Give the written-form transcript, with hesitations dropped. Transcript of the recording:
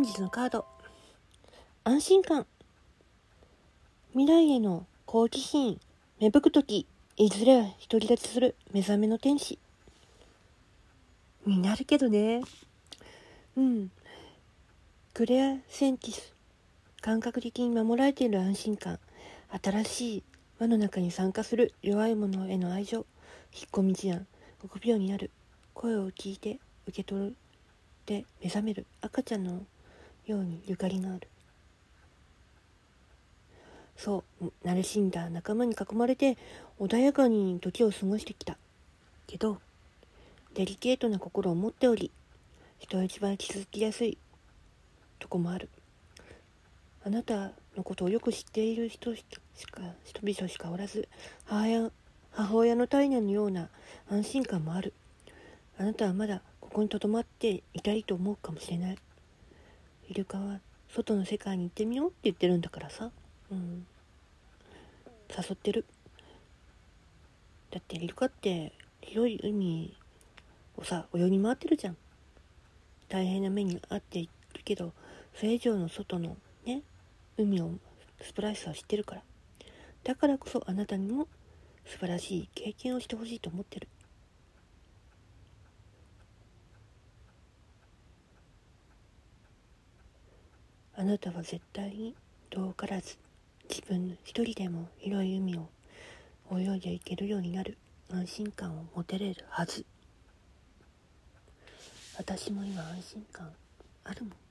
日のカード、安心感。未来への好奇心、芽吹くとき、いずれは独り立ちする目覚めの天使になるけどね。クレアセンティス、感覚的に守られている安心感。新しい輪の中に参加する弱い者への愛情。引っ込み思案、臆病になる。声を聞いて受け取って目覚める赤ちゃんのようにゆかりがある。そう、慣れしんだ仲間に囲まれて穏やかに時を過ごしてきたけど、デリケートな心を持っており、人一倍傷つきやすいとこもある。あなたのことをよく知っている人々しかおらず、母親の体内のような安心感もある。あなたはまだここに留まっていたいと思うかもしれない。イルカは外の世界に行ってみようって言ってるんだからさ。誘ってる。だってイルカって広い海をさ泳ぎ回ってるじゃん。大変な目に遭っているけど、それ以上の外のね海を素晴らしさを知ってるから。だからこそあなたにも素晴らしい経験をしてほしいと思ってる。あなたは絶対に遠からず自分一人でも広い海を泳いでいけるようになる安心感を持てれるはず。私も今安心感あるもん。